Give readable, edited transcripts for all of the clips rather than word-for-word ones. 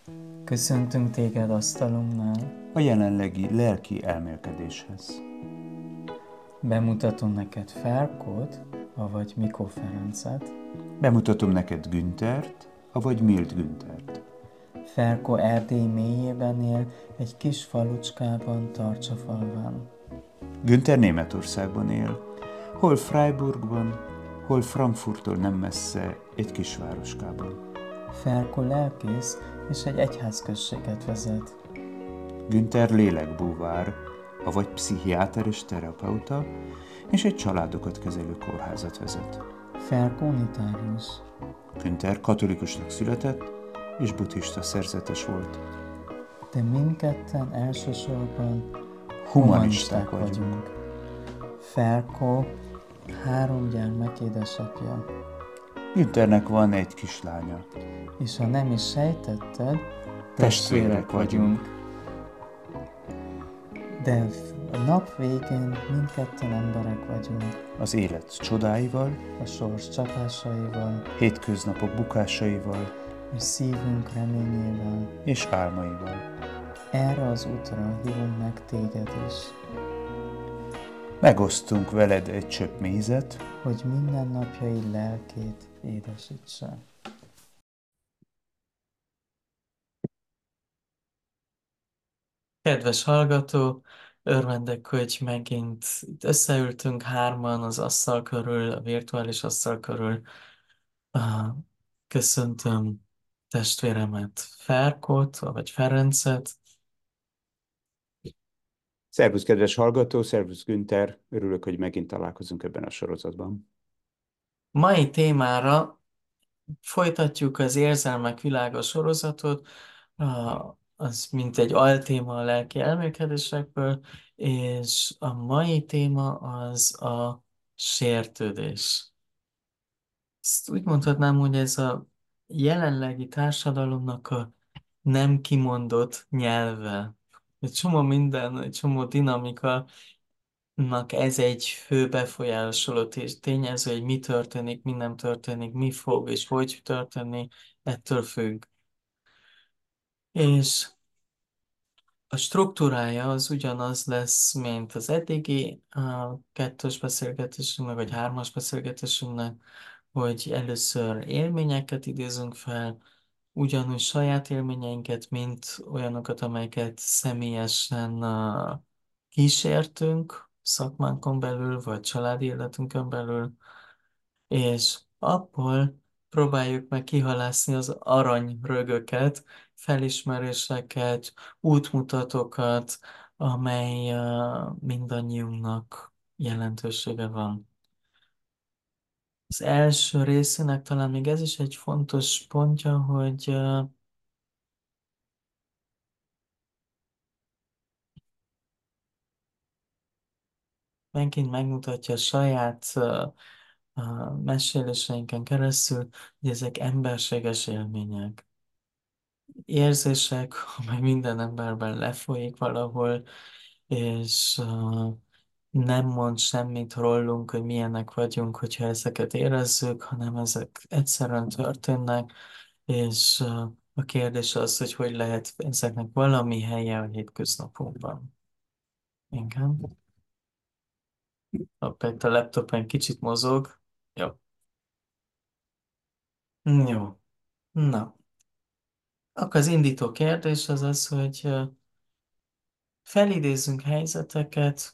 Köszöntünk téged asztalunknál. A jelenlegi lelki elmélkedéshez. Bemutatom neked Ferkót, avagy Mikó Ferencet. Bemutatom neked Güntert, avagy Mild Güntert. Ferkó Erdély mélyében él, egy kis falucskában, Tarcsafalván. Günther Németországban él, hol Freiburgban, hol Frankfurttól nem messze, egy kisvároskában. Ferkó lelkész, és egy egyházközséget vezet. Günther lélekbúvár, avagy pszichiáter és terapeuta, és egy családokat kezelő kórházat vezet. Ferkó unitárius. Günther katolikusnak született, és buddhista szerzetes volt. De mindketten elsősorban Humanisták vagyunk. Ferkó 3 gyermek édesapja. Günthernek van egy kislánya. És ha nem is sejtetted, Testvérek vagyunk. De a nap végén mindketten emberek vagyunk, Az élet csodáival, a sors csapásaival, hétköznapok bukásaival és szívünk reményével. és álmaival. Erre az útra hívunk meg téged is, Megosztunk veled egy csepp mézet, hogy mindennapjai lelkét édesítse. Kedves hallgató, örvendek, hogy megint itt összeültünk hárman az asztal körül, a virtuális asztal körül. Köszöntöm testvéremet, Ferkót, vagy Ferencet. Szervusz, kedves hallgató, szervusz Günther, örülök, hogy megint találkozunk ebben a sorozatban. Mai témára folytatjuk az Érzelmek világa sorozatot, az mint egy altéma a lelki elmélkedésekből, és a mai téma az a sértődés. Ezt úgy mondhatnám, hogy ez a jelenlegi társadalomnak a nem kimondott nyelve. Egy csomó minden, egy csomó dinamika, ez egy fő befolyásoló tényező, hogy mi történik, mi nem történik, mi fog és hogy történni, ettől függ. És a struktúrája az ugyanaz lesz, mint az eddigi kettős beszélgetésünknek, vagy hármas beszélgetésünknek, hogy először élményeket idézünk fel, ugyanúgy saját élményeinket, mint olyanokat, amelyeket személyesen kísértünk szakmánkon belül, vagy családi életünkön belül, és abból próbáljuk meg kihalászni az aranyrögöket, felismeréseket, útmutatókat, amely mindannyiunknak jelentősége van. Az első részének talán még ez is egy fontos pontja, hogy megint megmutatja a saját meséléseinken keresztül, hogy ezek emberséges élmények. Érzések, amely minden emberben lefolyik valahol, és nem mond semmit rólunk, hogy milyenek vagyunk, hogyha ezeket érezzük, hanem ezek egyszerűen történnek, és a kérdés az, hogy hogy lehet ezeknek valami helye a hétköznapunkban. Igen. Hoppá, itt a laptopon kicsit mozog. Jó. Jó. Na, akkor az indító kérdés az az, hogy felidézzünk helyzeteket,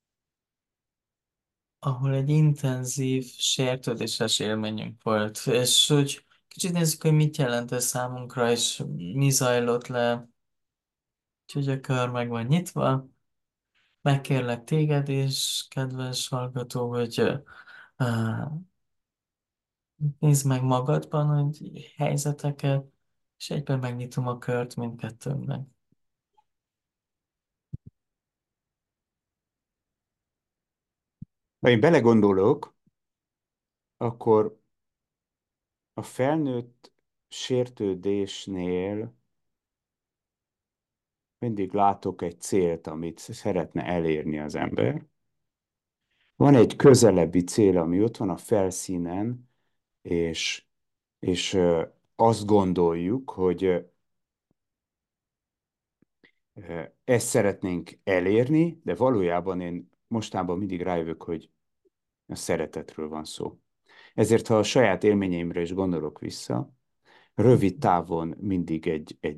ahol egy intenzív sértődéses élményünk volt, és hogy kicsit nézzük, hogy mit jelent ez számunkra, és mi zajlott le, úgyhogy a kör meg van nyitva. Megkérlek téged is, kedves hallgató, hogy nézd meg magadban, hogy helyzeteket, és egyben megnyitom a kört mindkettőnknek. Ha én belegondolok, akkor a felnőtt sértődésnél mindig látok egy célt, amit szeretne elérni az ember. Van egy közelebbi cél, ami ott van a felszínen, és, és azt gondoljuk, hogy Ezt szeretnénk elérni, de valójában én mostában mindig rájövök, hogy a szeretetről van szó. Ezért, ha a saját élményeimre is gondolok vissza, rövid távon mindig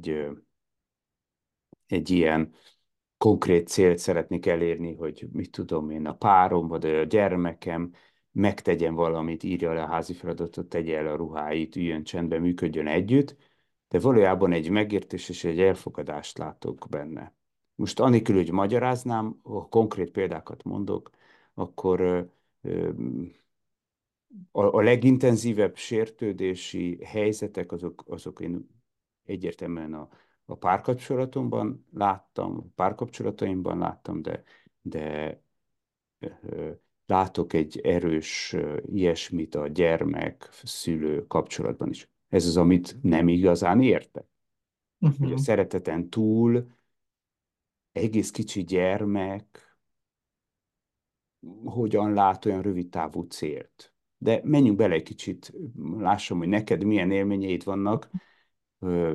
egy ilyen konkrét célt szeretnék elérni, hogy mit tudom én, a párom vagy a gyermekem megtegyen valamit, írja le a házi feladatot, tegye el a ruháit, üljön csendben, működjön együtt, de valójában egy megértés és egy elfogadást látok benne. Most anélkül, hogy magyaráznám, ha konkrét példákat mondok, akkor ö, a legintenzívebb sértődési helyzetek, azok én egyértelműen a párkapcsolatomban láttam, párkapcsolataimban láttam, de ö, látok egy erős ilyesmit a gyermek-szülő kapcsolatban is. Ez az, amit nem igazán értek. Hogy a Mhm, szereteten túl egész kicsi gyermek hogyan lát olyan rövid távú célt. De menjünk bele egy kicsit, lássam, hogy neked milyen élményeid vannak. Ö,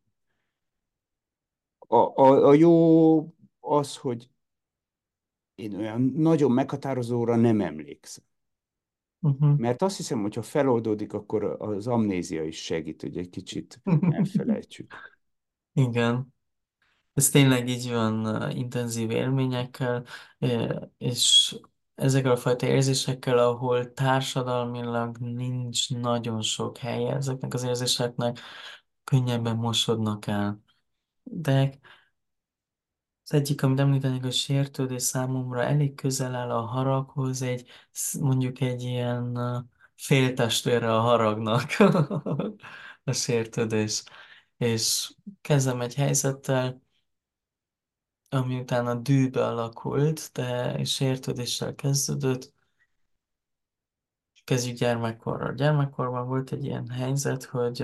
a jó az, hogy én olyan nagyon meghatározóra nem emlékszem. mhm. Mert azt hiszem, hogy ha feloldódik, akkor az amnézia is segít, hogy egy kicsit elfelejtsük. Igen. Ez tényleg így van, intenzív élményekkel, és ezekkel a fajta érzésekkel, ahol társadalmilag nincs nagyon sok helye ezeknek az érzéseknek, könnyebben mosodnak el. De az egyik, amit említenék, a sértődés számomra elég közel áll a haraghoz, mondjuk egy ilyen féltestvére a haragnak a sértődés. És kezdem egy helyzettel, ami utána dűbe alakult, de sértődéssel kezdődött. Kezdjük gyermekkorral. Gyermekkorban volt egy ilyen helyzet, hogy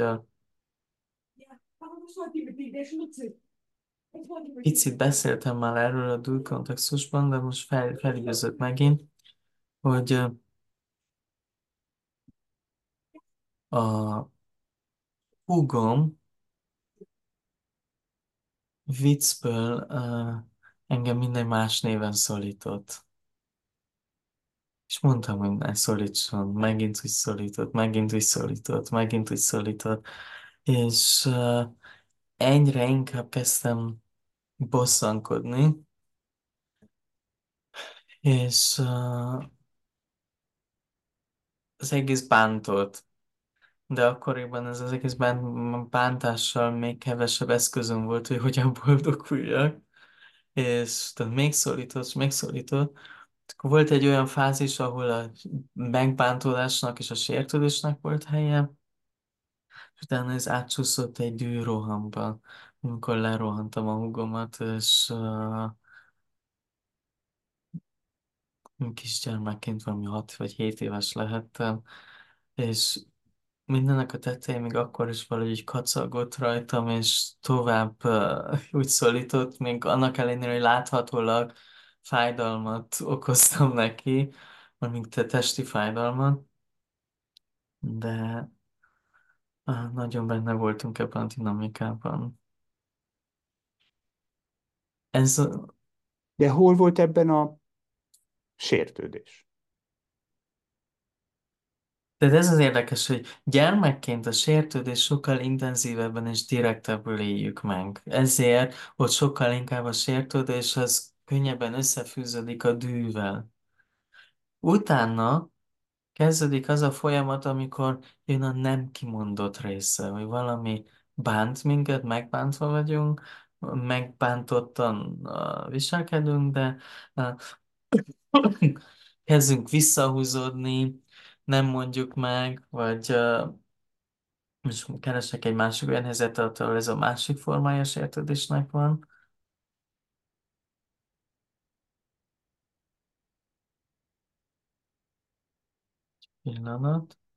picit beszéltem már erről a dúl kontextusban, de most felidézett megint, hogy a húgom viccből engem minden más néven szólított. És mondtam, hogy ne szólítson, megint úgy szólított, megint úgy szólított, megint úgy szólított. És egyre inkább kezdtem bosszankodni, és az egész bántott. De akkoriban ez az egész bántással még kevesebb eszközöm volt, hogy hogyan boldoguljak. És tehát még szólított. Akkor volt egy olyan fázis, ahol a megbántódásnak és a sértődésnek volt helye, és utána ez átcsúszott egy dűrohamba, amikor lerohantam a húgomat, és kisgyermekként valami 6 vagy 7 éves lehettem, és mindennek a tetején még akkor is valahogy így kacagott rajtam, és tovább úgy szólított, még annak ellenére, hogy láthatólag fájdalmat okoztam neki, amint te testi fájdalmat, de nagyon benne voltunk ebben a dinamikában. Ez, De hol volt ebben a sértődés? de ez az érdekes, hogy gyermekként a sértődés sokkal intenzívebben és direktebbül éljük meg. Ezért ott sokkal inkább a sértődés az könnyebben összefűződik a dűvel. Utána kezdődik az a folyamat, amikor jön a nem kimondott része, hogy valami bánt minket, megbántva vagyunk, megbántottan viselkedünk, de uh, kezdünk visszahúzódni, nem mondjuk meg, vagy most keresek egy másik olyan helyzetet, ahol ez a másik formája sértődésnek van. Pillanat.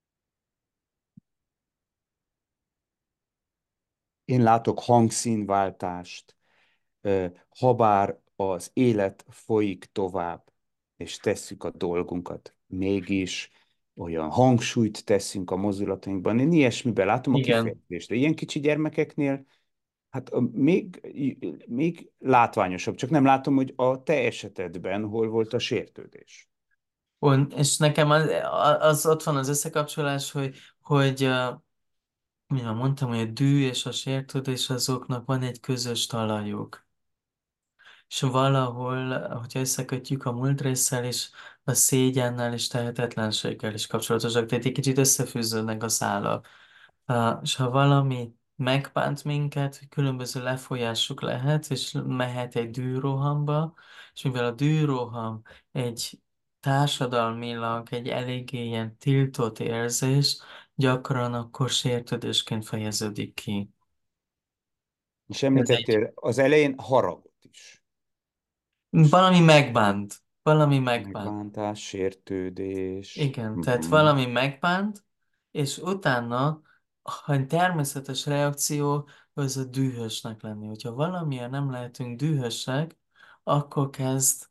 Én látok hangszínváltást, habár az élet folyik tovább, és tesszük a dolgunkat, mégis olyan hangsúlyt teszünk a mozdulatainkban. Én ilyesmiben látom a Igen. kifejezést, de ilyen kicsi gyermekeknél, Hát még látványosabb, csak nem látom, hogy a te esetedben hol volt a sértődés. És nekem az ott van az összekapcsolás, hogy mivel mondtam, hogy a dű és a sértődés azoknak van egy közös talajuk. És valahol, hogyha összekötjük a múlt résszel is, a szégyennel és tehetetlenséggel is kapcsolatosak, tehát egy kicsit összefűződnek a szálak. És ha valami megbánt minket, különböző lefolyásuk lehet, és mehet egy dűrohamba, és mivel a dűroham egy társadalmilag egy eléggé ilyen tiltott érzés, gyakran akkor sértődésként fejeződik ki. És Ez egy említettél az elején haragot is. Most valami megbánt, valami megbánt. megbántás, sértődés. Igen, tehát Mhm. valami megbánt, és utána a természetes reakció az a dühösnek lenni. Hogyha valamilyen nem lehetünk dühösek, akkor kezd,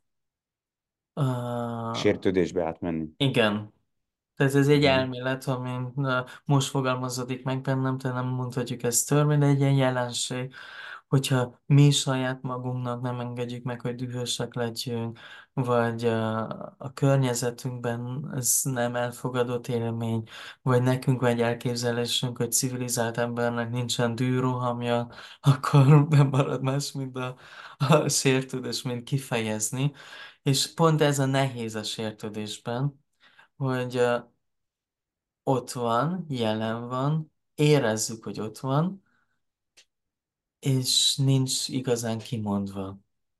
Sértődésbe átmenni. igen, tehát ez egy Mhm. elmélet, ami most fogalmazódik meg bennem, tehát nem mondhatjuk ezt törvény, de egy ilyen jelenség, hogyha mi saját magunknak nem engedjük meg, hogy dühösek legyünk, vagy a környezetünkben ez nem elfogadott élmény, vagy nekünk van egy elképzelésünk, hogy civilizált embernek nincsen dűrohamja, akkor nem marad más, mint a sértődés, mint kifejezni. És pont ez a nehéz a sértődésben, hogy ott van, jelen van, érezzük, hogy ott van, és nincs igazán kimondva.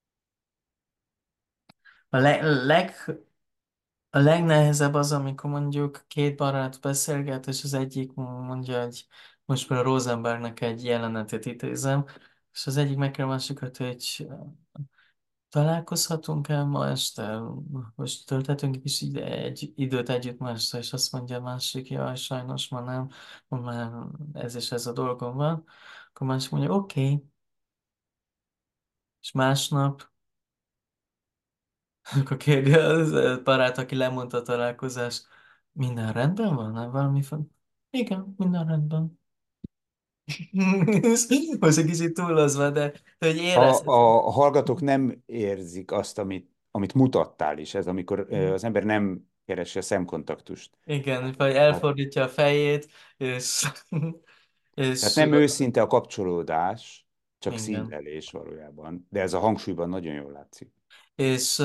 A, le- leg, a legnehezebb az, amikor mondjuk két barát beszélget, és az egyik mondja, hogy most például Rosenbergnek egy jelenetet idézem, és az egyik megkérdezi a másikat, hogy találkozhatunk-e ma este? Most tölthetünk egy kis egy időt együtt ma este, és azt mondja a másik, jaj, sajnos ma nem, ma már ez és ez a dolgom van. Akkor a másik mondja, oké. És másnap, akkor kérdi az barát, aki lemondta a találkozást, minden rendben van? Nem valami van? Igen, minden rendben. Most egy kicsit túlozva, de hogy A, érezhető. a hallgatók nem érzik azt, amit mutattál is. Ez amikor az ember nem keresi a szemkontaktust. Igen, vagy Tehát, elfordítja a fejét, és, tehát és nem őszinte a kapcsolódás, csak igen. színlelés valójában. De ez a hangsúlyban nagyon jól látszik. És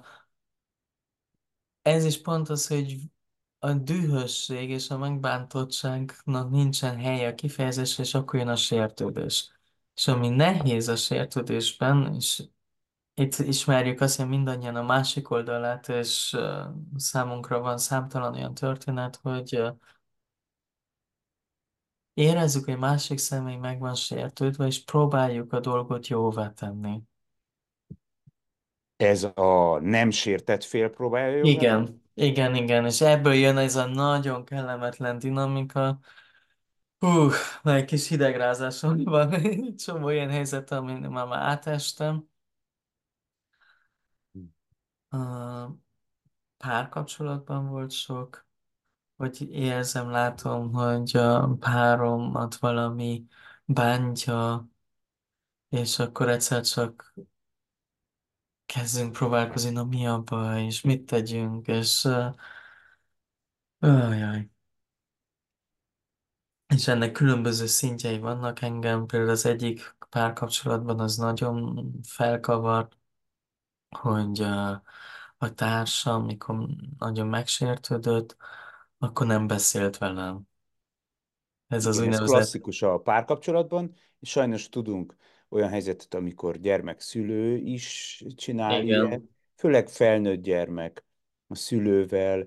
ez is pont az, hogy a dühösség és a megbántottságnak nincsen helye a kifejezésre, és akkor jön a sértődés. És ami nehéz a sértődésben, és itt ismerjük azt, hogy mindannyian a másik oldalát, és számunkra van számtalan olyan történet, hogy érezzük, hogy másik személy meg van sértődve, és próbáljuk a dolgot jóvá tenni. Ez a nem sértett fél próbálja jóvá tenni? Igen, igen, igen, és ebből jön ez a nagyon kellemetlen dinamika. Hú, egy kis hidegrázásom van, egy csomó ilyen helyzet, amin már átestem. A párkapcsolatban volt sok, vagy érzem, látom, hogy a páromat valami bántja, és akkor egyszer csak kezdünk próbálkozni, na mi a baj, és mit tegyünk, és ajaj. És ennek különböző szintjei vannak engem, például az egyik párkapcsolatban az nagyon felkavart, hogy a társam, mikor nagyon megsértődött, akkor nem beszélt velem. Ez az Igen, ez úgynevezett, klasszikus a párkapcsolatban, és sajnos tudunk olyan helyzetet, amikor gyermekszülő is csinál ilyet, igen, főleg felnőtt gyermek a szülővel.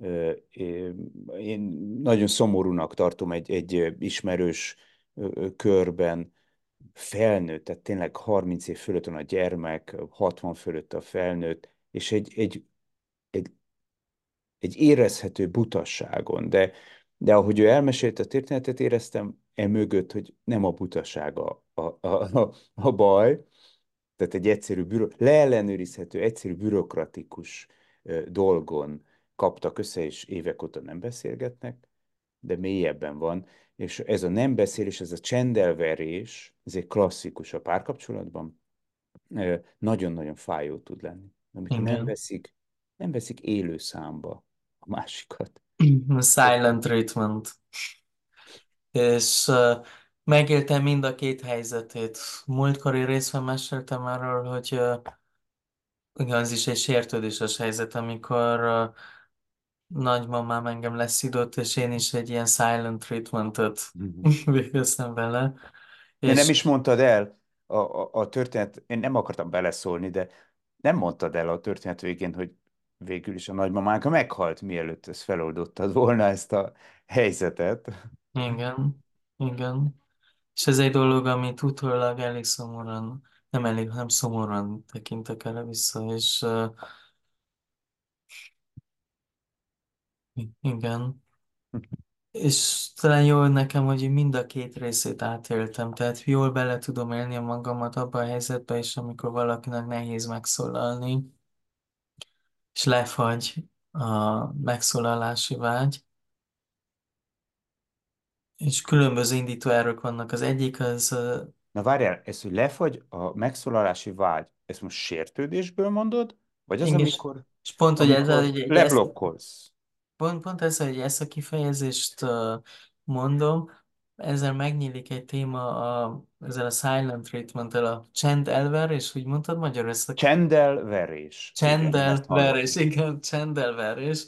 Én nagyon szomorúnak tartom egy ismerős körben felnőtt, tehát tényleg 30 év fölött van a gyermek, 60 fölött a felnőtt, és egy egy érezhető butasságon, de ahogy ő elmesélte a történetet, éreztem mögött, hogy nem a butaság a baj, tehát egy egyszerű leellenőrizhető, egyszerű bürokratikus dolgon kaptak össze, és évek óta nem beszélgetnek, de mélyebben van, és ez a nem beszélés, ez a csendelverés, ez egy klasszikus a párkapcsolatban, nagyon-nagyon fájó tud lenni. Amikor Igen. nem veszik élő számba a másikat. Silent treatment. És megéltem mind a két helyzetét. Múltkori részben meséltem arról, hogy igen, az is egy sértődéses helyzet, amikor nagymamám engem leszidott, és én is egy ilyen silent treatmentet Mhm. végeztem vele. De nem És is mondtad el a történet, én nem akartam beleszólni, de nem mondtad el a történet végén, hogy végül is a nagymamánk meghalt, mielőtt ezt feloldottad volna ezt a helyzetet. igen, igen. És ez egy dolog, amit utólag elég szomorúan, nem elég, hanem szomorúan tekintek erre vissza, és igen. És talán jól nekem, hogy mind a két részét átéltem, tehát jól bele tudom élni a magamat abba a helyzetbe is, amikor valakinek nehéz megszólalni, és lefagy a megszólalási vágy, és különböző indítóerők vannak. Az egyik az, Na várjál, ez, hogy lefagy a megszólalási vágy, ezt most sértődésből mondod? Vagy az, igen, és pont, hogy ez, amikor ezt, leblokkolsz? pont ez, hogy ezt a kifejezést mondom, ezzel megnyílik egy téma ezzel a silent treatment-tel, a csend elver, és úgy mondtad magyarul ezt a Csendelverés. Igen, ezt csendelverés, hallottam. igen, csendelverés.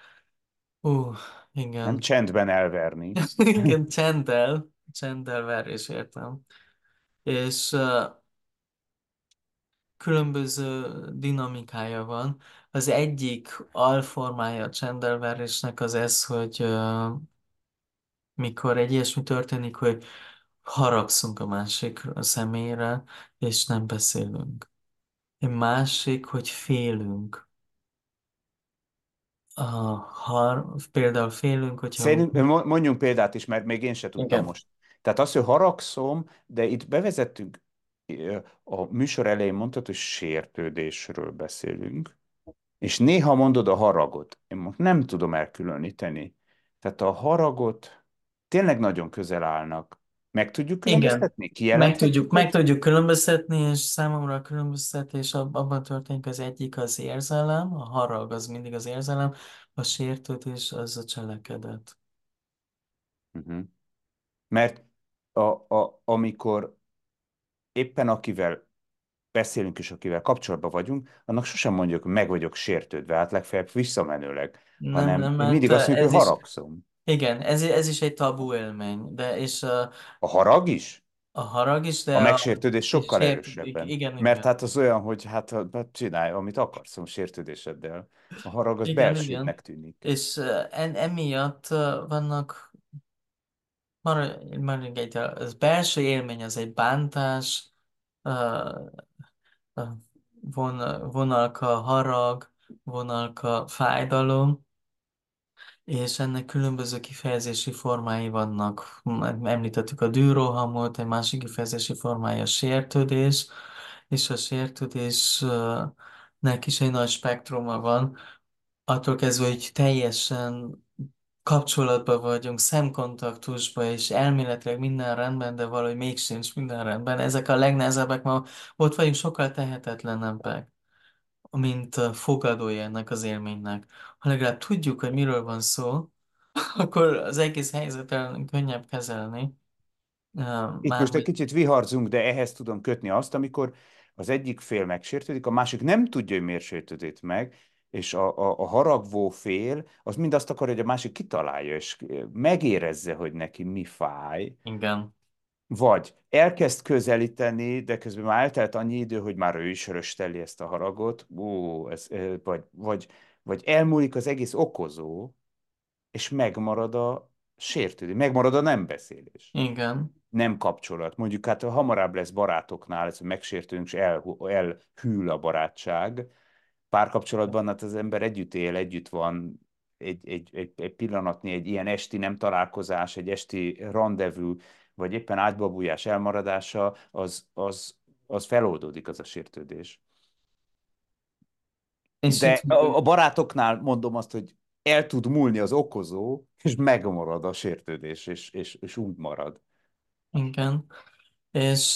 Nem Igen. csendben elverni. Igen, csendelverés, értem. És különböző dinamikája van. Az egyik alformája a csendelverésnek az ez, hogy mikor egy ilyesmi történik, hogy haragszunk a másik személyre, és nem beszélünk. Egy másik, hogy félünk. Például félünk, hogyha... Szerint, mondjunk példát is, mert még én se tudtam Igen. most. Tehát az, hogy haragszom, de itt bevezettünk, a műsor elején mondtad, hogy sértődésről beszélünk, és néha mondod a haragot. Én most nem tudom elkülöníteni. Tehát a haragot tényleg nagyon közel állnak. Meg tudjuk Igen, különböztetni? Kijelenthetjük, meg hogy tudjuk különböztetni, és számomra a különböztetés abban történik, az egyik az érzelem, a harag az mindig az érzelem, a sértődés az a cselekedet. uh-huh. Mert amikor éppen akivel beszélünk és akivel kapcsolatban vagyunk, annak sosem mondjuk, hogy meg vagyok sértődve, hát legfeljebb visszamenőleg, Nem, hanem nem, én mert mindig azt mondjuk, ez hogy is, haragszom. igen, ez is egy tabu élmény, de és A harag is? a harag is, A de megsértődés és sokkal erősebben. igen, Mert igen, hát az olyan, hogy hát csinálj, amit akarsz a sértődéseddel. A harag az igen, belsőbbnek tűnik. és emiatt vannak, maradjunk egy, az belső élmény az egy bántás, a vonalka harag, vonalka fájdalom, és ennek különböző kifejezési formái vannak. Említettük a dűrohamot, egy másik kifejezési formája a sértődés, és a sértődésnek is egy nagy spektruma van, attól kezdve, hogy teljesen kapcsolatban vagyunk, szemkontaktusban, és elméletileg minden rendben, de valahogy még sincs minden rendben. Ezek a legnehezebbek, ma ott vagyunk sokkal tehetetlenebbek, mint a fogadója ennek az élménynek. Ha legalább tudjuk, hogy miről van szó, akkor az egész helyzetet könnyebb kezelni. Itt most egy Márhogy kicsit viharzunk, de ehhez tudom kötni azt, amikor az egyik fél megsértődik, a másik nem tudja, hogy miért sértődött meg, és a haragvó fél az mind azt akarja, hogy a másik kitalálja, és megérezze, hogy neki mi fáj, igen, vagy elkezd közelíteni, de közben már eltelt annyi idő, hogy már ő is rösteli ezt a haragot, vagy elmúlik az egész okozó, és megmarad a sértődés, megmarad a nem beszélés, igen, nem kapcsolat. Mondjuk hát hamarabb lesz barátoknál, ez hogy megsértünk, és elhűl a barátság. Párkapcsolatban hát az ember együtt él, együtt van, egy pillanatnyi, egy ilyen esti nem találkozás, egy esti rendezvú, vagy éppen ágyba bújás elmaradása, az feloldódik, az a sértődés. és itt De a barátoknál mondom azt, hogy el tud múlni az okozó, és megmarad a sértődés, és úgy marad. Igen. És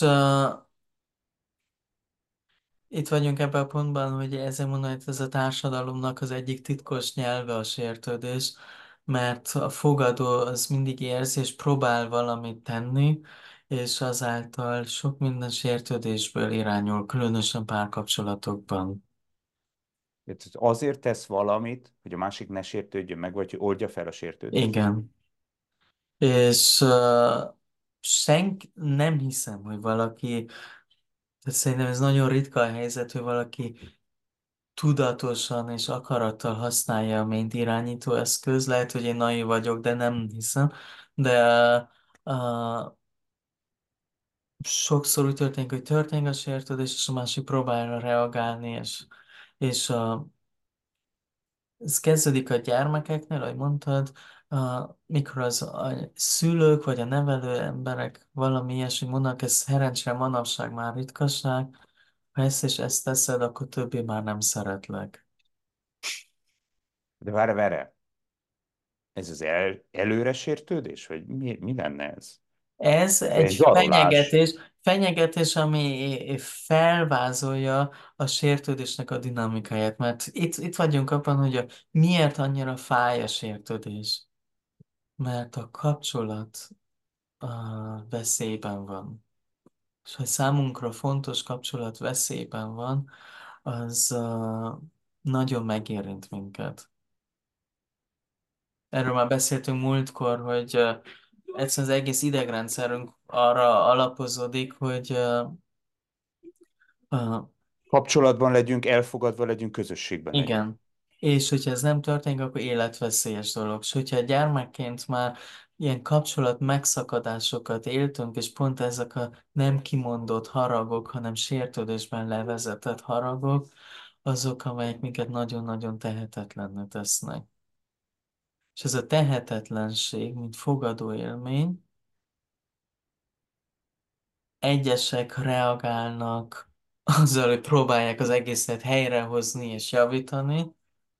itt vagyunk ebben a pontban, hogy ezzel mondom, hogy ez a társadalomnak az egyik titkos nyelve a sértődés, mert a fogadó az mindig érzi és próbál valamit tenni, és azáltal sok minden sértődésből irányul, különösen párkapcsolatokban. Tehát azért tesz valamit, hogy a másik ne sértődjön meg, vagy hogy oldja fel a sértődést. Igen. És nem hiszem, hogy valaki, tehát szerintem ez nagyon ritka a helyzet, hogy valaki tudatosan és akarattal használja, mint irányító eszköz. Lehet, hogy én naiv vagyok, de nem hiszem. De uh, sokszor úgy történik, hogy történik a sértődés, és a másik próbál reagálni, és ez kezdődik a gyermekeknél, ahogy mondtad, mikor az a szülők vagy a nevelő emberek valami ilyesmi mondanak, ez szerencsére manapság már ritkaság, ha ezt és ezt teszed, akkor többé már nem szeretlek. De várj, ez az előre sértődés? Vagy mi lenne ez? Ez Vagy egy egy zsarolás? fenyegetés, ami felvázolja a sértődésnek a dinamikáját, mert itt vagyunk abban, hogy miért annyira fáj a sértődés, mert a kapcsolat veszélyben van. És hogy számunkra fontos kapcsolat veszélyben van, az nagyon megérint minket. Erről már beszéltünk múltkor, hogy egyszerűen az egész idegrendszerünk arra alapozódik, hogy Kapcsolatban legyünk, elfogadva legyünk, közösségben legyünk. igen. És hogyha ez nem történik, akkor életveszélyes dolog. És hogyha gyermekként már ilyen kapcsolat megszakadásokat éltünk, és pont ezek a nem kimondott haragok, hanem sértődésben levezetett haragok, azok, amelyek minket nagyon-nagyon tehetetlenné tesznek. És ez a tehetetlenség, mint fogadó élmény, egyesek reagálnak azzal, hogy próbálják az egészet helyrehozni és javítani,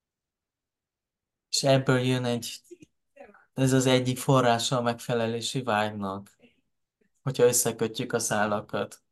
és ebből jön ez az egyik forrása a megfelelési vágynak, hogyha összekötjük a szálakat.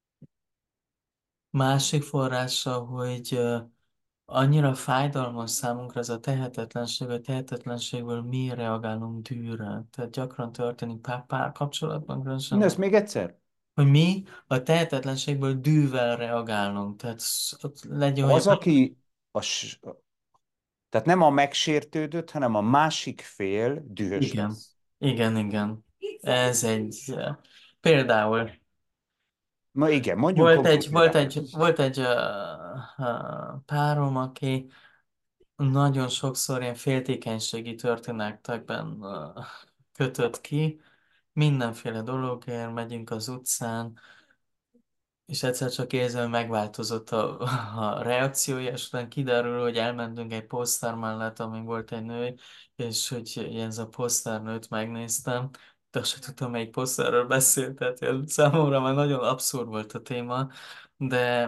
Másik forrása, hogy annyira fájdalmas számunkra ez a tehetetlenség, a tehetetlenségből mi reagálunk dűre. Tehát gyakran történik párkapcsolatban, Na, ezt különösen, még egyszer? hogy mi a tehetetlenségből dűvel reagálunk. Tehát ott legyen, hogy Az, aki tehát nem a megsértődött, hanem a másik fél dühös igen, lesz. igen. Ez egy például. Ma igen, mondjunk konkrét példákat. Volt egy párom, aki nagyon sokszor ilyen féltékenységi történetekben kötött ki, mindenféle dologért megyünk az utcán, és egyszer csak érzem, hogy megváltozott a reakciója, és utána kiderül, hogy elmentünk egy poszter mellett, amin volt egy nő, és hogy ez a poszternőt megnéztem, de azt sem tudtam, melyik poszterről beszélt, tehát számomra már nagyon abszurd volt a téma, de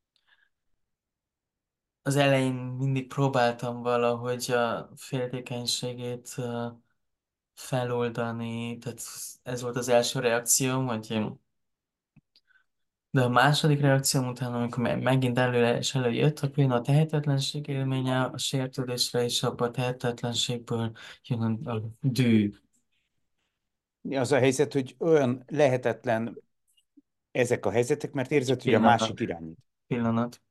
az elején mindig próbáltam valahogy a féltékenységét feloldani, tehát ez volt az első reakcióm, hogy de a második reakcióm után, amikor megint előre és előjött, akkor jön a tehetetlenség élménye, a sértődésre, és abban a tehetetlenségből jön a dű Az a helyzet, hogy olyan lehetetlen ezek a helyzetek, mert érzed, hogy a pillanat. másik irányít. Pillanat.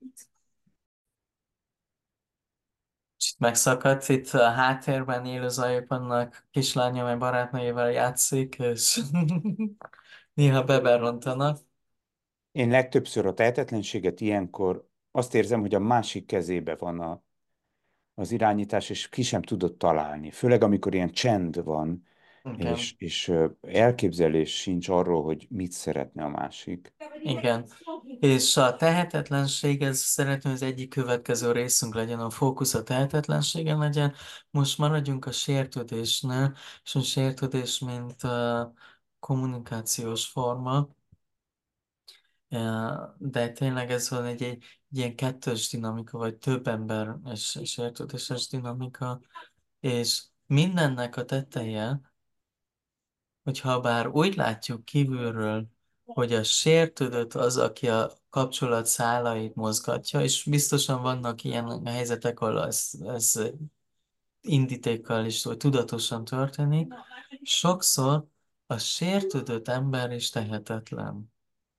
És itt megszakadt, itt a háttérben élő zajok vannak, kislányom egy barátnőjével játszik, és néha beberontanak. Én legtöbbször a tehetetlenséget ilyenkor azt érzem, hogy a másik kezébe van az irányítás, és ki sem tudod találni. Főleg, amikor ilyen csend van, Igen. és elképzelés sincs arról, hogy mit szeretne a másik. Igen. És a tehetetlenség, ez szeretném, hogy az egyik következő részünk legyen, a fókusz a tehetetlenségen legyen. Most maradjunk a sértődésnél, és a sértődés, mint kommunikációs forma. De tényleg ez van egy ilyen kettős dinamika, vagy több ember és értődéses dinamika, és mindennek a teteje, hogyha bár úgy látjuk kívülről, hogy a sértődött az, aki a kapcsolat szálait mozgatja, és biztosan vannak ilyen helyzetek, ahol ez indítékkal is, vagy tudatosan történik, sokszor a sértődött ember is tehetetlen.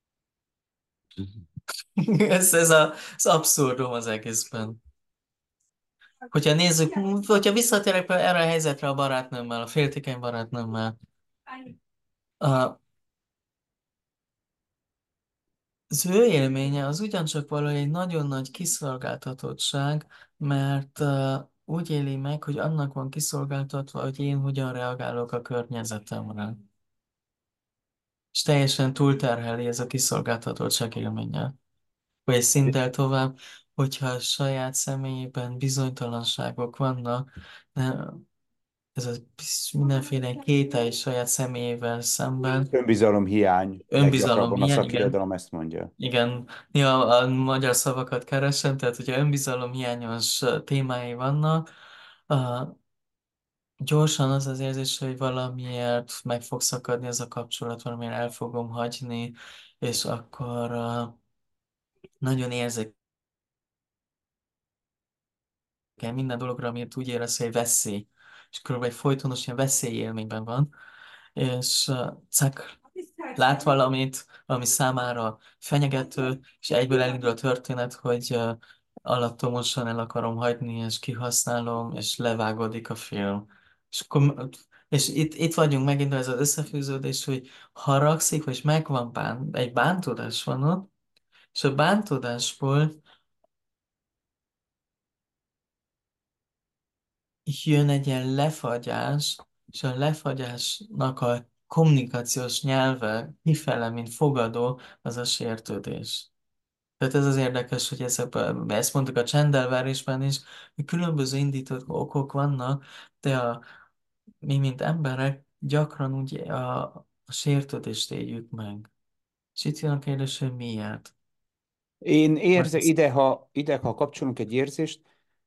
Az abszurdum az egészben. Hogyha nézzük, hogyha visszatérek például erre a helyzetre a barátnőmmel, a féltékeny barátnőmmel, a, az ő élménye az ugyancsak valahogy egy nagyon nagy kiszolgáltatottság, mert úgy éli meg, hogy annak van kiszolgáltatva, hogy én hogyan reagálok a környezetemre. És teljesen túlterheli ez a kiszolgáltatottság élménye. Vagy egy szinttel tovább, hogyha a saját személyében bizonytalanságok vannak, ez a mindenféle kételj saját személyével szemben, Önbizalomhiány, önbizalom leggyakrabban a hiány, igen, szakirodalom ezt mondja. igen, néha a magyar szavakat keresem, tehát hogyha önbizalom hiányos témái vannak, gyorsan az az érzés, hogy valamiért meg fog szakadni ez a kapcsolat, valamiért el fogom hagyni, és akkor nagyon érzékeny minden dologra, amit úgy érez, hogy veszély. És körülbelül egy folytonos ilyen veszélyélményben van, és cak, lát valamit, ami számára fenyegető, és egyből elindul a történet, hogy alattomosan el akarom hagyni, és kihasználom, és levágódik a film. És, akkor, és itt vagyunk megint ez az összefűződés, hogy haragszik, hogy megvan egy bántódás van ott, és a bántódásból jön egy ilyen lefagyás, és a lefagyásnak a kommunikációs nyelve kifele, mint fogadó, az a sértődés. Tehát ez az érdekes, hogy ezt mondtuk a csendelverésben is, hogy különböző indító okok vannak, de mi, mint emberek, gyakran úgy a sértődést éljük meg. És itt jön a kérdés, hogy miért? Én Mert érze, ide, ha kapcsolunk egy érzést,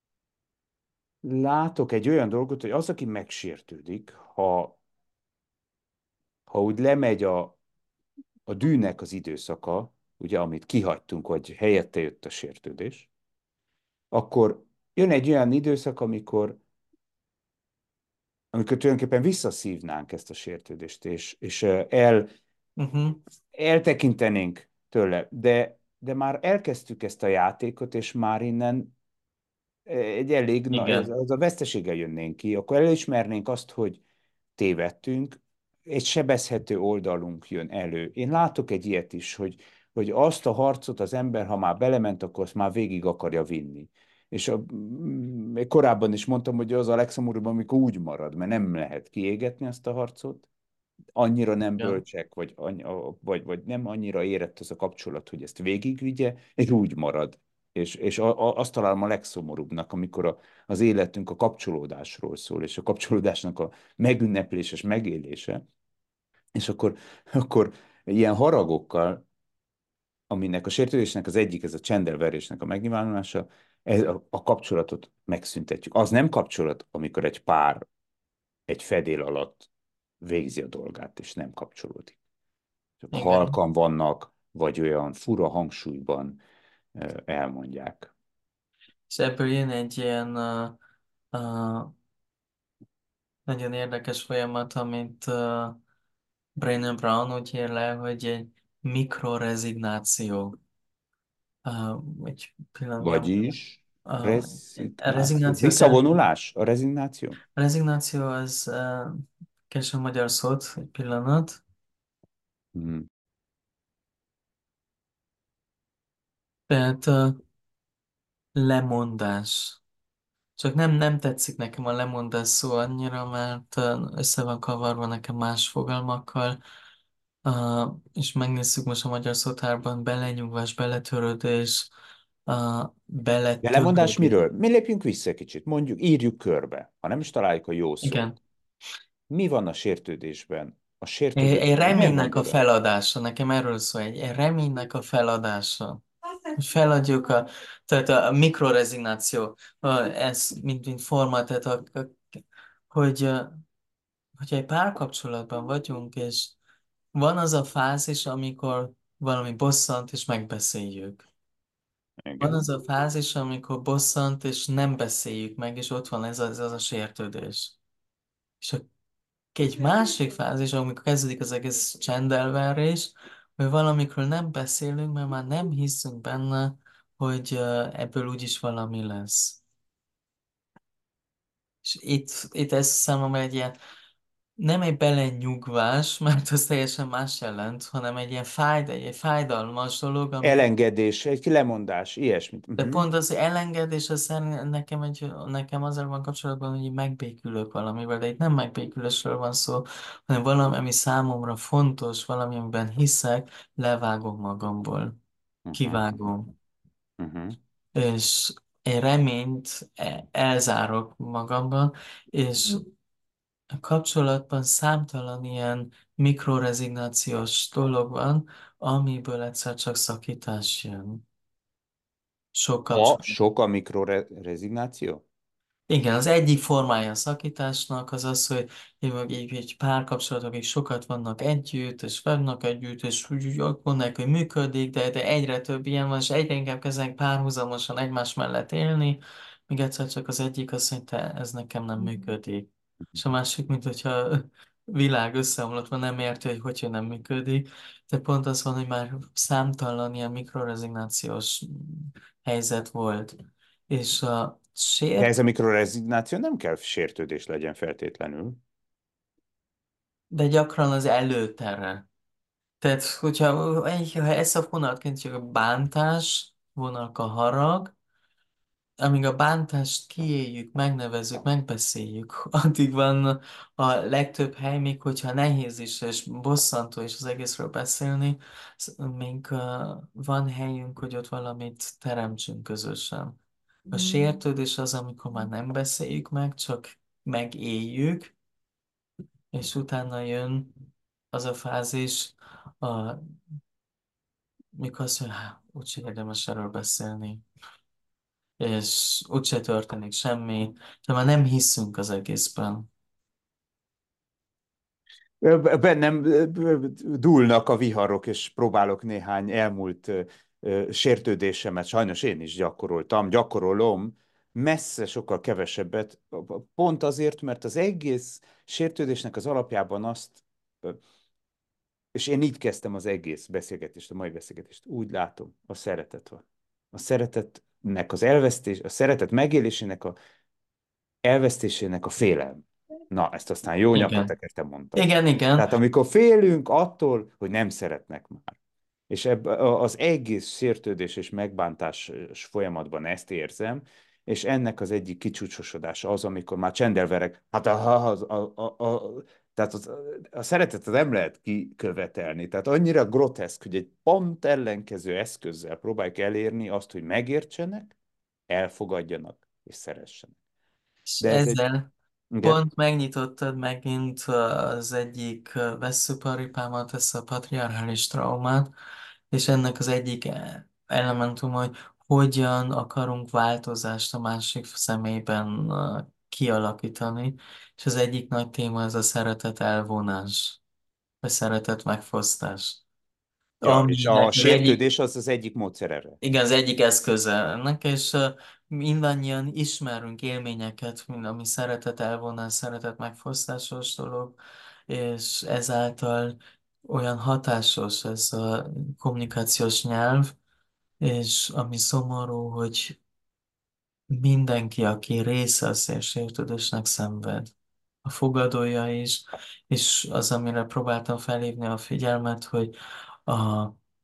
látok egy olyan dolgot, hogy az, aki megsértődik, ha úgy lemegy a dűnek az időszaka, ugye, amit kihagytunk, hogy helyette jött a sértődés, akkor jön egy olyan időszak, amikor tulajdonképpen visszaszívnánk ezt a sértődést, és uh-huh, eltekintenénk tőle, de már elkezdtük ezt a játékot, és már innen egy elég, igen, az a veszteséggel jönnénk ki, akkor elismernénk azt, hogy tévedtünk, egy sebezhető oldalunk jön elő. Én látok egy ilyet is, hogy azt a harcot az ember, ha már belement, akkor azt már végig akarja vinni. És korábban is mondtam, hogy az a legszomorúbb, amikor úgy marad, mert nem lehet kiégetni azt a harcot, annyira nem igen, bölcsek, vagy nem annyira érett az a kapcsolat, hogy ezt végigvigye, és úgy marad. És azt találom a legszomorúbbnak, amikor az életünk a kapcsolódásról szól, és a kapcsolódásnak a megünnepléses megélése, és akkor ilyen haragokkal, aminek a sértődésnek az egyik, ez a csendelverésnek a megnyilvánulása, a kapcsolatot megszüntetjük. Az nem kapcsolat, amikor egy pár egy fedél alatt végzi a dolgát, és nem kapcsolódik. Csak igen. halkan vannak, vagy olyan fura hangsúlyban elmondják. És ebből jön egy ilyen nagyon érdekes folyamat, amit Brené Brown úgy ír le, hogy egy mikrorezignáció. Egy pillanat. Vagyis Uh, a rezignáció. rezignáció azt jelenti, Visszavonulás? A rezignáció? a rezignáció az, keresem a magyar szót, egy pillanat. Hmm. Tehát lemondás. Csak nem tetszik nekem a lemondás szó annyira, mert össze van kavarva nekem más fogalmakkal. És megnézzük most a magyar szótárban belenyugvás, beletörődés, De lemondás beletörődés. miről? Mi lépjünk vissza egy kicsit, mondjuk, írjuk körbe, ha nem is találjuk a jó Igen, szót. Mi van a sértődésben? A Egy sértődésről miért reménynek a mondod azt? feladása, nekem erről szól, egy reménynek a feladása. Hogy feladjuk tehát a mikrorezignáció, ez mint forma, tehát hogy, hogyha egy párkapcsolatban vagyunk, és van az a fázis, amikor valami bosszant, és megbeszéljük. Van Igen. az a fázis, amikor bosszant, és nem beszéljük meg, és ott van ez a sértődés. És egy másik fázis, amikor kezdődik az egész csendelverés, hogy valamikről nem beszélünk, mert már nem hiszünk benne, hogy ebből úgyis valami lesz. És itt ez számomra egy ilyen, nem egy belenyugvás, mert az teljesen más jelent, hanem egy ilyen egy fájdalmas dolog, ami Elengedés, egy lemondás, ilyesmit. de Uh-huh. pont az elengedés, az szerint nekem azzal van kapcsolatban, hogy így megbékülök valamivel, de itt nem megbékülésről van szó, hanem valami, ami számomra fontos, valami, amiben hiszek, levágom magamból, Uh-huh. kivágom, Uh-huh. és egy reményt elzárok magamban, és a kapcsolatban számtalan ilyen mikrorezignációs dolog van, amiből egyszer csak szakítás jön. Sok kapcsolat. Sok a mikrorezignáció? Igen, az egyik formája a szakításnak az az, hogy egy párkapcsolatok, akik sokat vannak együtt, és vannak együtt, és úgy ott gondolják, hogy működik, de egyre több ilyen van, és egyre inkább kezdenek párhuzamosan egymás mellett élni, míg egyszer csak az egyik azt mondja, ez nekem nem működik. És a másik, mint hogyha a világ összeomlott, van, nem érti, hogy nem működik. De pont az van, hogy már számtalan ilyen mikrorezignációs helyzet volt. És a De ez sért, a mikrorezignáció nem kell sértődés legyen feltétlenül. de gyakran az előtere. Tehát, ha ezt a vonalat kentjük, a bántás, vonalak a harag, amíg a bántást kiéljük, megnevezzük, megbeszéljük, addig van a legtöbb hely, még hogyha nehéz is és bosszantó is az egészről beszélni, még van helyünk, hogy ott valamit teremtsünk közösen. A sértődés az, amikor már nem beszéljük meg, csak megéljük, és utána jön az a fázis, a, mikor azt mondja, úgyse érdemes erről beszélni, és úgyse történik semmi, de már nem hiszünk az egészben. Bennem dúlnak a viharok, és próbálok néhány elmúlt sértődésemet, sajnos én is gyakorolom, messze sokkal kevesebbet, pont azért, mert az egész sértődésnek az alapjában azt, és én így kezdtem az egész beszélgetést, a mai beszélgetést, úgy látom, a szeretet van. A szeretetnek az elvesztés, a szeretet megélésének elvesztésének a félelme. Na, ezt aztán jó nyakra Igen. tekertem mondtam. Igen, igen. Tehát amikor félünk attól, hogy nem szeretnek már, és az egész sértődés és megbántás folyamatban ezt érzem, és ennek az egyik kicsúcsosodása az, amikor már csendelverek, hát tehát a szeretetet nem lehet kikövetelni. Tehát annyira groteszk, hogy egy pont ellenkező eszközzel próbáljuk elérni azt, hogy megértsenek, elfogadjanak és szeressenek. És De ez egy, ezzel igen. pont megnyitottad megint az egyik veszőparipámat, ezt a patriarchális traumát, és ennek az egyik elementum, hogy hogyan akarunk változást a másik személyben kialakítani, és az egyik nagy téma ez a szeretet elvonás, vagy szeretet megfosztás. Ja, és a Aminek az egyik sértődés az az egyik módszer erre. igen, az egyik eszköze ennek, és mindannyian ismerünk élményeket, mint ami szeretet elvonás, szeretet megfosztásos dolog, és ezáltal olyan hatásos ez a kommunikációs nyelv, és ami szomorú, hogy mindenki, aki része a szélsértődésnek szenved, a fogadója is, és az, amire próbáltam felhívni a figyelmet, hogy a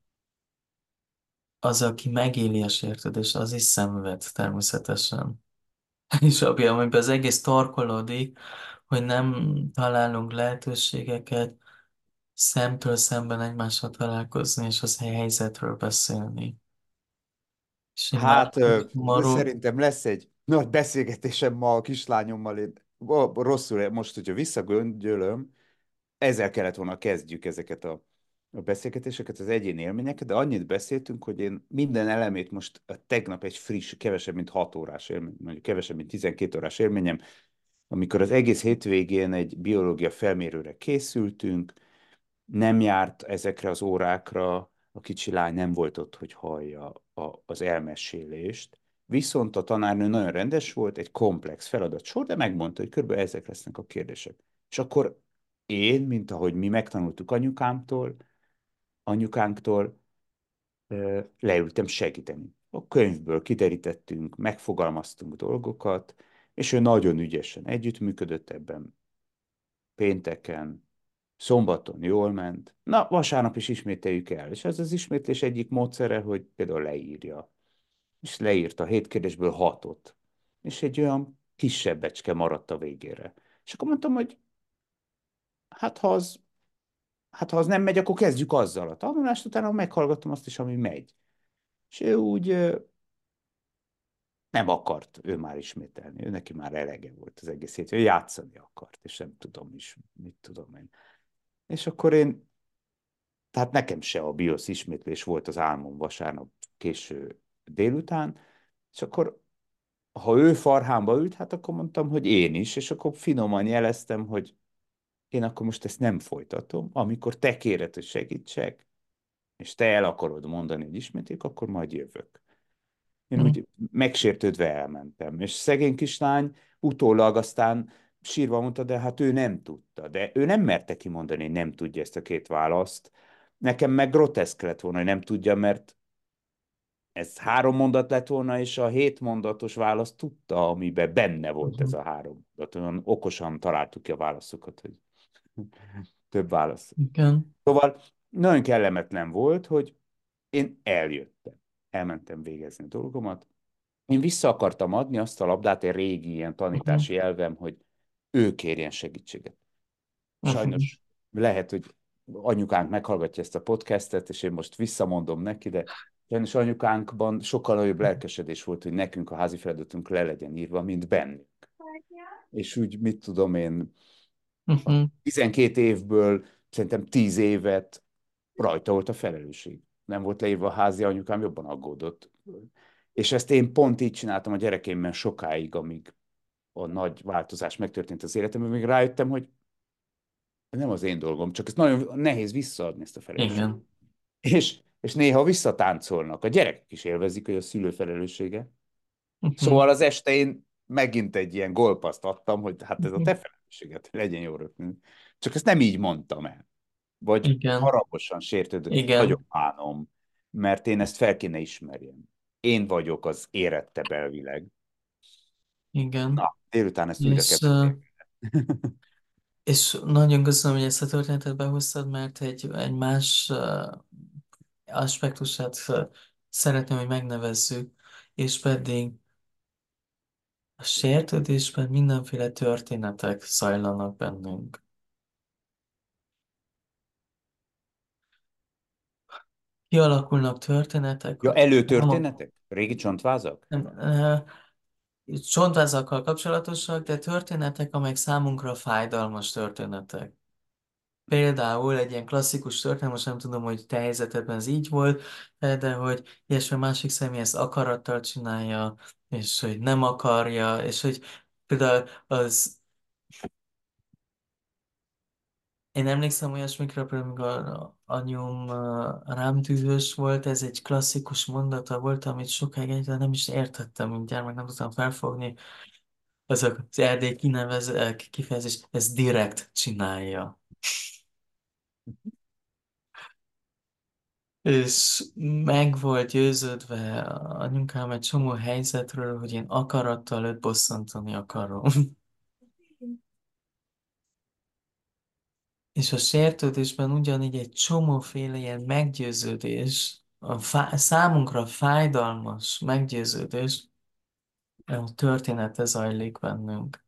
az, aki megéli a sértődést, az is szenved természetesen. És amiben az egész torkolódik, hogy nem találunk lehetőségeket szemtől szemben egymással találkozni, és az helyzetről beszélni. És egy Hát másik szomorú, szerintem lesz egy nagy beszélgetésem ma a kislányommal. Én rosszul, most, hogyha visszagöngyölöm, ezzel kellett volna kezdjük ezeket a beszélgetéseket, az egyéni élményeket, de annyit beszéltünk, hogy én minden elemét most tegnap egy friss, kevesebb, mint 6 órás élmény, mondjuk kevesebb, mint 12 órás élményem, amikor az egész hétvégén egy biológia felmérőre készültünk, nem járt ezekre az órákra, a kicsi lány nem volt ott, hogy hallja az elmesélést, viszont a tanárnő nagyon rendes volt, egy komplex feladatsor, de megmondta, hogy körülbelül ezek lesznek a kérdések. És akkor én, mint ahogy mi megtanultuk anyukánktól, leültem segíteni. A könyvből kiderítettünk, megfogalmaztunk dolgokat, és ő nagyon ügyesen együttműködött ebben pénteken, szombaton jól ment. Na, vasárnap is ismételjük el. És ez az ismétlés egyik módszere, hogy például leírja. És leírta a 7 kérdésből 6-ot. És egy olyan kisebbecske maradt a végére. És akkor mondtam, hogy hát ha az, hát ha az nem megy, akkor kezdjük azzal. A tanulást utána meghallgatom azt is, ami megy. És ő úgy nem akart ő már ismételni. Ő neki már elege volt az egész hét. Ő játszani akart, és nem tudom is, mit tudom én. És akkor én tehát nekem se a BIOS ismétlés volt az álmom vasárnap késő délután, és akkor, ha ő farhámba ült, hát akkor mondtam, hogy én is, és akkor finoman jeleztem, hogy én akkor most ezt nem folytatom, amikor te kéred, hogy segítsek, és te el akarod mondani, hogy ismétlik, akkor majd jövök. Én Hm. úgy megsértődve elmentem, és szegény kislány utólag aztán sírva mondta, de hát ő nem tudta, de ő nem merte kimondani, hogy nem tudja ezt a két választ. Nekem meg groteszk lett volna, hogy nem tudja, mert ez 3 mondat lett volna, és a 7 mondatos választ tudta, amiben benne volt ez Mhm. a 3 mondat. Olyan okosan találtuk ki a válaszokat, hogy több válasz. Igen. Szóval nagyon kellemetlen volt, hogy én eljöttem. Elmentem végezni a dolgomat. Én vissza akartam adni azt a labdát, egy régi ilyen Mhm. tanítási elvem, hogy ő kérjen segítséget. Mhm. Sajnos lehet, hogy anyukánk meghallgatja ezt a podcastet, és én most visszamondom neki, de sajnos anyukánkban sokkal nagyobb lelkesedés volt, hogy nekünk a házi feladatunk le legyen írva, mint bennünk. És úgy, mit tudom én, a Mhm. 12 évből szerintem 10 évet rajta volt a felelősség. Nem volt leírva a házi, anyukám jobban aggódott. És ezt én pont így csináltam a gyerekeimmel sokáig, amíg a nagy változás megtörtént az életemben, még rájöttem, hogy nem az én dolgom, csak ez nagyon nehéz visszaadni ezt a felelősséget. Igen. És néha visszatáncolnak. A gyerekek is élvezik, hogy a szülő felelőssége. Mhm. Szóval az este én megint egy ilyen gólpaszt adtam, hogy hát ez a te Mhm. felelősséged, legyen jó rögtön. Csak ezt nem így mondtam el. Vagy Igen. haragosan sértődött, nagyon Igen. bánom, mert én ezt fel kéne ismerjem. Én vagyok az érettebb elvileg. Igen. Na, délután ezt újra kell És, beszélni. és nagyon köszönöm, hogy ezt a történetet behoztad, mert egy más aspektusát szeretném, hogy megnevezzük, és pedig a sértődésben mindenféle történetek zajlanak bennünk. Kialakulnak történetek, Ja, nem a, előtörténetek? Régi csontvázak? nem, csontvázakkal kapcsolatosak, de történetek, amelyek számunkra fájdalmas történetek. Például egy ilyen klasszikus történet, most nem tudom, hogy te helyzetedben ez így volt, de hogy ilyesmi másik személy ezt akarattal csinálja, és hogy nem akarja, és hogy például az, én emlékszem olyasmikre, például amikor anyum rám dühös volt, ez egy klasszikus mondata volt, amit sokáig egyáltalán nem is értettem, mint gyermek, nem tudtam felfogni. Azok az erdély kifejezés, ez direkt csinálja. És meg volt győződve anyukám egy csomó helyzetről, hogy én akarattal őt bosszantani akarom. És a sértődésben ugyanígy egy csomóféle ilyen meggyőződés, számunkra fájdalmas meggyőződés, a története zajlik bennünk.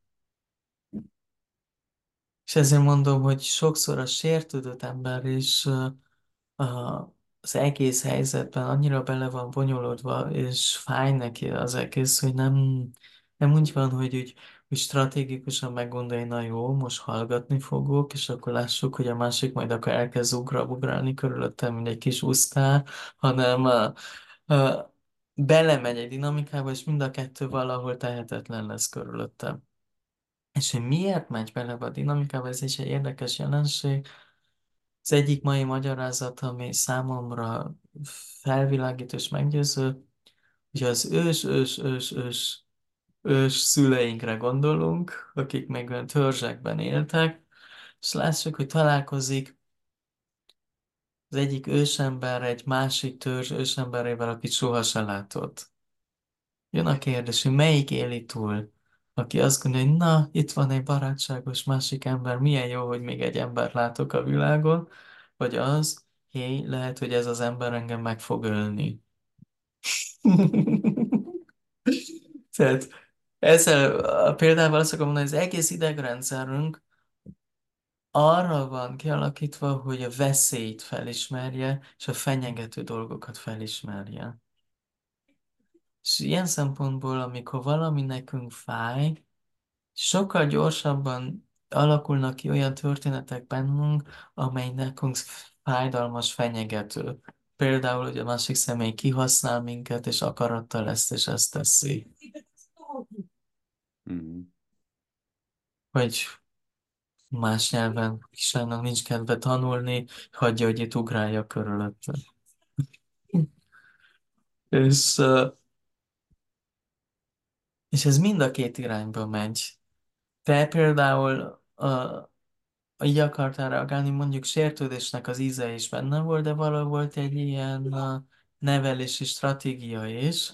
És ezért mondom, hogy sokszor a sértődött ember is az egész helyzetben annyira bele van bonyolódva, és fáj neki az egész, hogy nem úgy van, hogy úgy hogy stratégikusan meggondolni, na jó, most hallgatni fogok, és akkor lássuk, hogy a másik majd akkor elkezd ugrálni körülöttem, mint egy kis uszkár, hanem belemegy egy dinamikába, és mind a kettő valahol tehetetlen lesz körülöttem. És hogy miért megy bele a dinamikába, ez is egy érdekes jelenség. Az egyik mai magyarázat, ami számomra felvilágít és meggyőző, hogy az ős szüleinkre gondolunk, akik még olyan törzsekben éltek, és lássuk, hogy találkozik az egyik ősember egy másik törzs ősemberével, akit sohasem látott. Jön a kérdés, hogy melyik éli túl? Aki azt gondolja, hogy na, itt van egy barátságos másik ember, milyen jó, hogy még egy embert látok a világon, vagy az, hé, lehet, hogy ez az ember engem meg fog ölni. Tehát ezzel a példával azt akarom mondani, hogy az egész idegrendszerünk arra van kialakítva, hogy a veszélyt felismerje, és a fenyegető dolgokat felismerje. És ilyen szempontból, amikor valami nekünk fáj, sokkal gyorsabban alakulnak ki olyan történetek bennünk, amely nekünk fájdalmas, fenyegető. Például, hogy a másik személy kihasznál minket, és akarattal ezt teszi. Mhm. Vagy más nyelven kisláánynak nincs kedve tanulni, hagyja, hogy itt ugrálja körülötte. És, és ez mind a két irányba megy. Te például így akartál reagálni, mondjuk sértődésnek az íze is benne volt, de valahol volt egy ilyen nevelési stratégia is,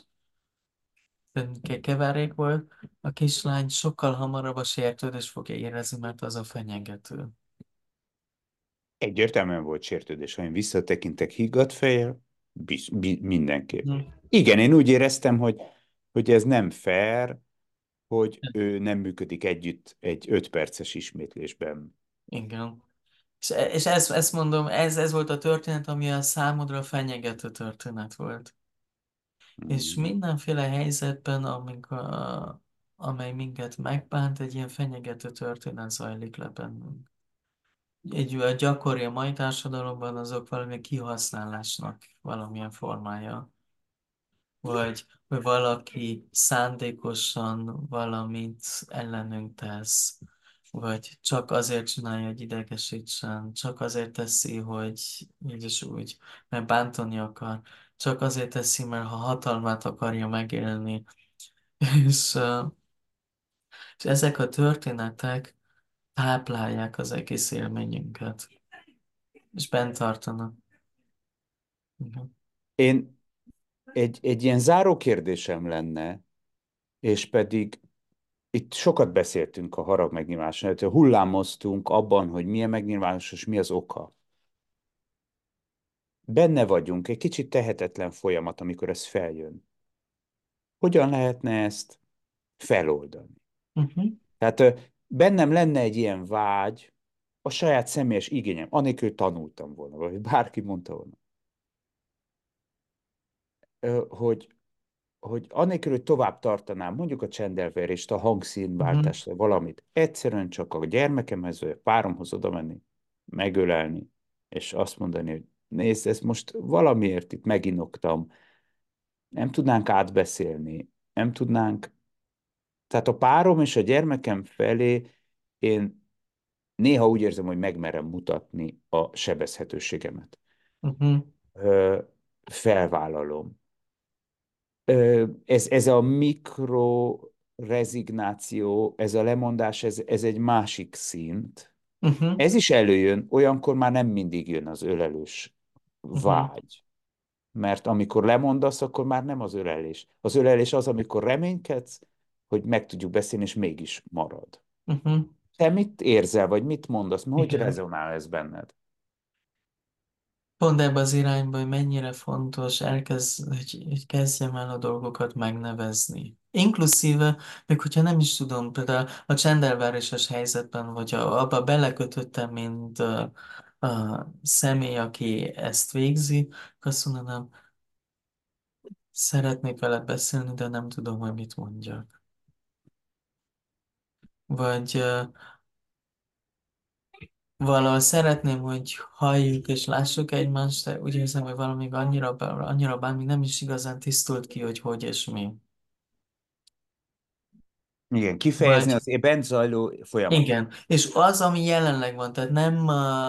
keverék volt, a kislány sokkal hamarabb a sértődést fogja érezni, mert az a fenyegető. Egyértelműen volt sértődés. Ha én visszatekintek higgadt fejjel, mindenképp. Hm. Igen, én úgy éreztem, hogy ez nem fair, hogy ő nem működik együtt egy 5 perces ismétlésben. Igen. És ezt mondom, ez volt a történet, ami a számodra fenyegető történet volt. És Mm. mindenféle helyzetben, amely minket megbánt, egy ilyen fenyegető történet zajlik le bennünk. A gyakori a mai társadalomban azok valami kihasználásnak valamilyen formája, vagy valaki szándékosan valamit ellenünk tesz, vagy csak azért csinálja, hogy idegesítsen, csak azért teszi, hogy így és úgy, mert bántani akar, csak azért teszi, mert ha hatalmát akarja megélni. És, és ezek a történetek táplálják az egész élményünket, és bent tartanak. Igen. Én egy ilyen záró kérdésem lenne, és pedig itt sokat beszéltünk a harag megnyilvánulásról, hogy hullámoztunk abban, hogy milyen megnyilvánulás és mi az oka. Benne vagyunk, egy kicsit tehetetlen folyamat, amikor ez feljön. Hogyan lehetne ezt feloldani? Uh-huh. Tehát bennem lenne egy ilyen vágy, a saját személyes igényem, anélkül hogy tanultam volna, vagy bárki mondta volna, hogy anélkül, hogy tovább tartanám mondjuk a csendelverést, a Uh-huh. hangszínváltást, vagy valamit, egyszerűen csak a gyermekemhez, vagy a páromhoz oda menni, megölelni, és azt mondani, hogy nézd, ezt most valamiért itt meginoktam, nem tudnánk átbeszélni, nem tudnánk, tehát a párom és a gyermekem felé én néha úgy érzem, hogy megmerem mutatni a sebezhetőségemet. Uh-huh. Ö, Felvállalom. Ez a mikro rezignáció, ez a lemondás, ez egy másik szint. Uh-huh. Ez is előjön, olyankor már nem mindig jön az ölelős Uh-huh. vágy. Mert amikor lemondasz, akkor már nem az ölelés. Az ölelés az, amikor reménykedsz, hogy meg tudjuk beszélni, és mégis marad. Uh-huh. Te mit érzel, vagy mit mondasz? Hogy Igen. rezonál ez benned? Pont ebbe az irányba, hogy mennyire fontos hogy kezdjem el a dolgokat megnevezni. Inkluszíve, még hogyha nem is tudom, például a csendelvárosos helyzetben, vagy abba belekötöttem, mint személy, aki ezt végzi, akkor azt mondanám, szeretnék veled beszélni, de nem tudom, hogy mit mondjak. vagy valahol szeretném, hogy halljuk és lássuk egymást, de úgy érzem, hogy valami annyira bár még nem is igazán tisztult ki, hogy hogy és mi. Igen, kifejezni Vagy az bent zajló folyamatot. igen, és az, ami jelenleg van, tehát nem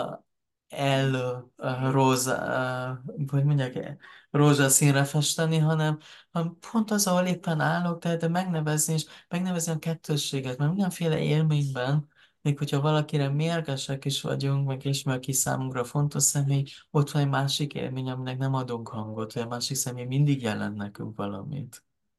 hogy mondják, rózsaszínre festeni, hanem pont az, ahol éppen állok, de megnevezni, és megnevezni a kettősséget, mert mindenféle élményben, még hogyha valakire mérgesek is vagyunk, meg ismer ki számunkra fontos személy, ott van egy másik élmény, aminek nem adunk hangot, vagy a másik személy mindig jelent nekünk valamit.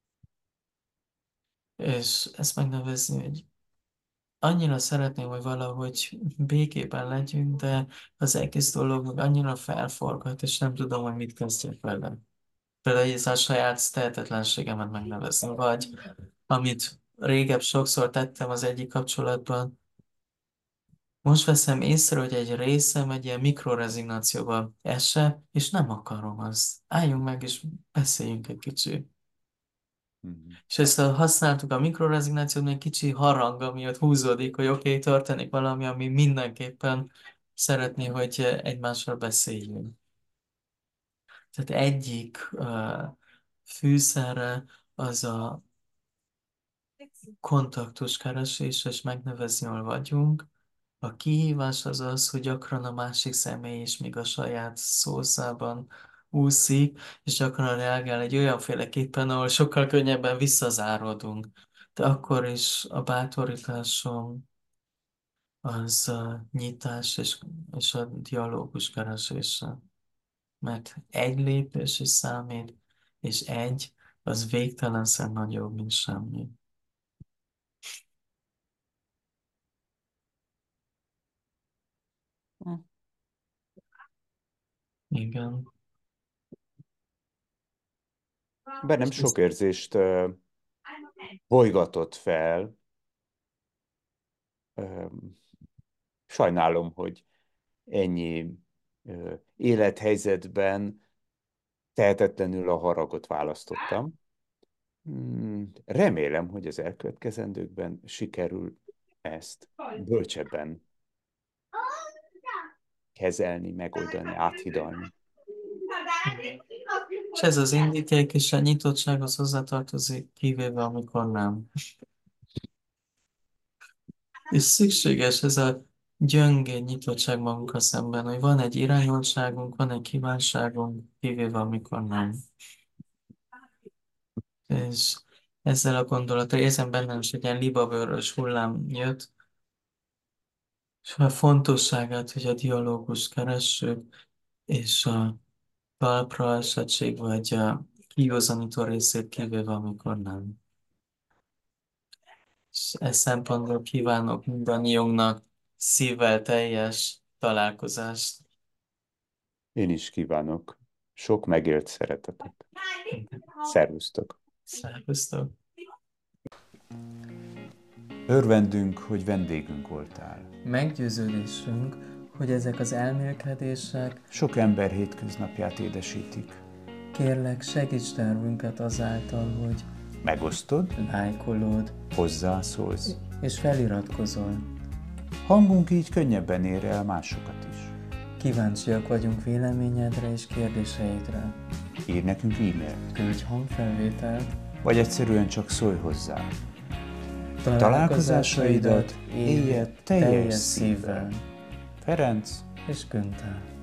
És ezt megnevezni, hogy annyira szeretném, hogy valahogy békében legyünk, de az egész dolog meg annyira felforgat, és nem tudom, hogy mit kezdjek vele. Például ez a saját tehetetlenségemet megnevezni, vagy amit régebb sokszor tettem az egyik kapcsolatban, most veszem észre, hogy egy részem egy ilyen mikrorezignációval esett, és nem akarom azt. Álljunk meg, és beszéljünk egy kicsit. Mhm. És ezt használtuk a mikrorezignációt, még kicsi harang, ami ott húzódik, hogy oké, történik valami, ami mindenképpen szeretné, hogy egymással beszéljünk. Tehát egyik fűszere az a kontaktuskeresés, és megnevezni, hol vagyunk. A kihívás az az, hogy gyakran a másik személy is még a saját szószában úszik, és gyakran reagál egy olyanféleképpen, ahol sokkal könnyebben visszazárodunk. De akkor is a bátorításom az a nyitás és a dialógus keresése. Mert egy lépés is számít, és egy az végtelenszer nagyobb, mint semmi. Igen. Bennem sok érzést bolygatott fel. Ö, Sajnálom, hogy ennyi élethelyzetben tehetetlenül a haragot választottam. Remélem, hogy az elkövetkezendőkben sikerül ezt bölcsebben kezelni, megoldani, áthidalni. És ez az indíték és a nyitottsághoz hozzátartozik, kivéve amikor nem. És szükséges ez a gyöngé nyitottság magunkkal szemben, hogy van egy irányultságunk, van egy kívánságunk, kivéve amikor nem. És ezzel a gondolattal érzem bennem is egy ilyen libabőrös hullám jött, és a fontosságát, hogy a dialógust keressük, és a talpra esettség, vagy a kiigazanító részét kivéve, amikor nem. És e szempontból kívánok mindannyiunknak szívvel teljes találkozást. Én is kívánok sok megélt szeretetet. Szervusztok! Szervusztok! Örvendünk, hogy vendégünk voltál. Meggyőződésünk, hogy ezek az elmélkedések Sok ember hétköznapját édesítik. kérlek segíts tervünket azáltal, hogy Megosztod, lájkolod hozzászólsz. és feliratkozol. Hangunk így könnyebben ér el másokat is. Kíváncsiak vagyunk véleményedre és kérdéseidre. Írj nekünk e-mailt, Küldj hangfelvételt, vagy egyszerűen csak szólj hozzá. Találkozásaidat élje teljes szívvel. Ferenc és Günther.